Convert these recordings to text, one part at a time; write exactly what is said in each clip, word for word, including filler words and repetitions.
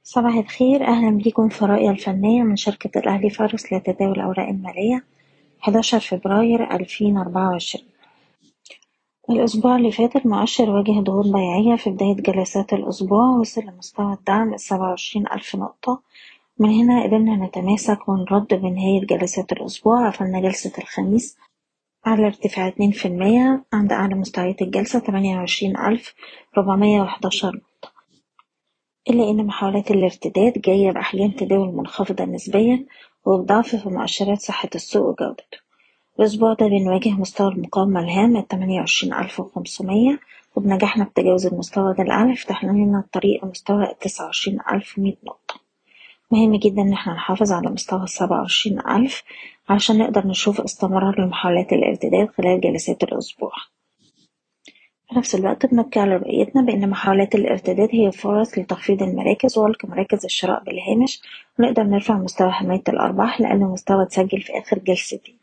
صباح الخير، أهلا بيكم في رؤية الفنية من شركة الأهلي فارس لتداول الأوراق المالية حداشر فبراير ألفين وأربعة وعشرين. الأسبوع اللي فات المؤشر واجه ضغوط بيعية في بداية جلسات الأسبوع، وصل لمستوى الدعم السبعة وعشرين ألف نقطة. من هنا قدرنا نتماسك ونرد بنهاية جلسات الأسبوع. قفلنا جلسة الخميس على ارتفاع اتنين في المية عند أعلى مستويات الجلسة تمانية وعشرين ألف ربعمية وحداشر نقطة، إلا إن محاولات الارتداد جاية بأحجام تداول منخفضة نسبيا وبضعف في مؤشرات صحة السوق وجودته. الأسبوع ده بنواجه مستوى المقاومة الهام التمانية وعشرين ألف وخمسمية، وبنجحنا في تجاوز المستوى ده الأعلى فتح لنا الطريق لمستوى التسعة وعشرين ألف ومية نقطة. مهم جدا إن احنا نحافظ على مستوى السبعة وعشرين ألف علشان نقدر نشوف استمرار لمحاولات الارتداد خلال جلسات الأسبوع. في نفس الوقت بنبكي على رؤيتنا بأن محاولات الارتداد هي فرص لتخفيض المراكز وغلق مراكز الشراء بالهامش، ونقدر نرفع مستوى حماية الأرباح لأقل مستوى اتسجل في آخر جلستين.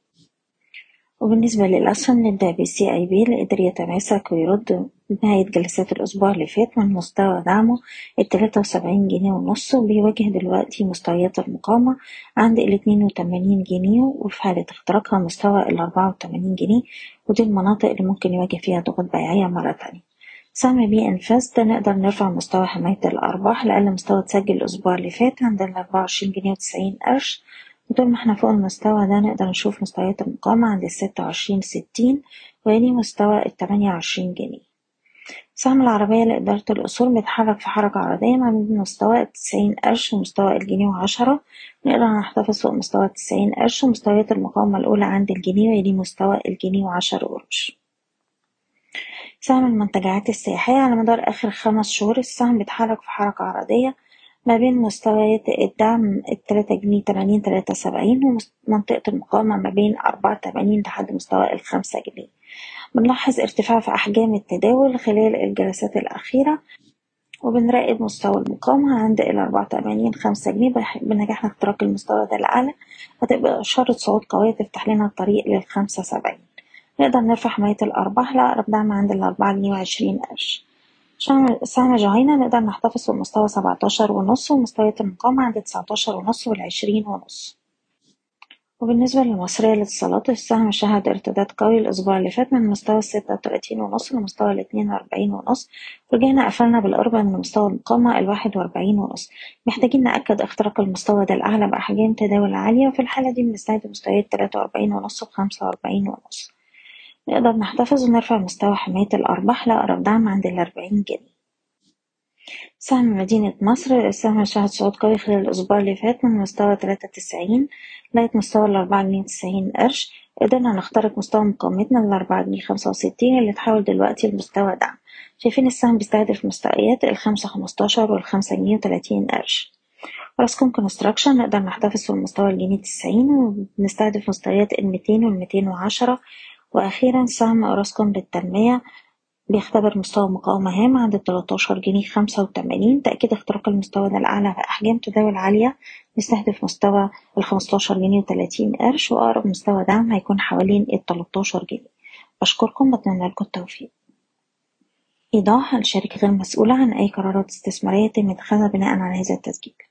وبالنسبة للأسهم نبدأ بالسي اي بي اللي قدر يتماسك ويرد نهاية جلسات الأسبوع اللي فات من مستوى دعمه التلاتة وسبعين جنيه ونص، وبيواجه دلوقتي مستويات المقاومة عند الاتنين وتمانين جنيه، وفي حالة اختراقها مستوى الأربعة وتمانين جنيه، ودي المناطق اللي ممكن يواجه فيها ضغوط بيعية مرة تانية. سهم بي انفاس ده نقدر نرفع مستوى حماية الأرباح لأقل مستوى اتسجل الأسبوع اللي فات عند الأربعة وعشرين جنيه وتسعين قرش، وطول ما احنا فوق المستوى ده نقدر نشوف مستويات المقاومة عند الستة وعشرين ستين ويلي مستوى التمانية وعشرين جنيه. سهم العربية لإدارة الأصول بيتحرك في حركة عرضية ما بين مستوى التسعين قرش ومستوى الجنيه وعشرة، نقدر نحتفظ فوق مستوى التسعين قرش ومستويات المقاومة الأولى عند الجنيه ويلي مستوى الجنيه وعشرة قروش. سهم المنتجعات السياحية على مدار آخر خمس شهور السهم بيتحرك في حركة عرضية ما بين مستويات الدعم التلاتة جنيه تمانين تلاتة وسبعين ومنطقة المقاومة ما بين أربعة تمانين لحد مستوى الخمسة جنيه. بنلاحظ ارتفاع في أحجام التداول خلال الجلسات الأخيرة، وبنراقب مستوى المقاومة عند الأربعة تمانين خمسة جنيه. بنجاحنا اختراق المستوى ده الأعلى هتبقى إشارة صعود قوية تفتح لنا الطريق للخمسة سبعين. نقدر نرفع حماية الأرباح لأقرب دعم عند الأربعة جنيه وعشرين قرش. سهم جهينة نقدر نحتفظ في مستوى سبعتاشر ونص ومستويات المقاومة عند تسعتاشر ونص والعشرين ونص. وبالنسبة للمصرية للاتصالات السهم شهد ارتداد قوي الأسبوع اللي فات من مستوى الستة وتلاتين ونص لمستوى الاتنين وأربعين ونص، ورجعنا قفلنا بالقرب من مستوى المقاومة الواحد وأربعين ونص. محتاجين نأكد اختراق المستوى ده الأعلى بأحجام تداول عالية، وفي الحالة دي بنستهدف مستويات تلاتة وأربعين ونص وخمسة وأربعين ونص. نقدر نحتفظ ونرفع مستوى حماية الأرباح لأقرب دعم عند الأربعين جنيه. سهم مدينة نصر السهم شهد صعود قوي خلال الأسبوع اللي فات من مستوى تلاتة وتسعين لغاية مستوى الأربعة جنيه وتسعين قرش. قدرنا نخترق مستوى مقاومتنا للأربعة جنيه خمسة وستين اللي تحول دلوقتي لمستوى دعم. شايفين السهم بيستهدف مستويات الخمسة خمستاشر والخمسة جنيه وتلاتين قرش. راسكوم كونستراكشن نقدر نحتفظ في المستوى الجنيه تسعين وبنستهدف مستويات الميتين والميتين وعشرة. وأخيرا سهم راسكوم للتنمية بيختبر مستوى مقاومة هام عند التلاتاشر جنيه خمسة وتمانين. تأكيد اختراق المستوى ده الأعلى في أحجام تداول عالية نستهدف مستوى الخمستاشر جنيه وتلاتين قرش، وأقرب مستوى دعم هيكون حوالين التلاتاشر جنيه. بشكركم، بتمنى لكم التوفيق. إيضاح: الشركة غير مسؤولة عن أي قرارات استثمارية يتم اتخاذها بناء على هذا التسجيل.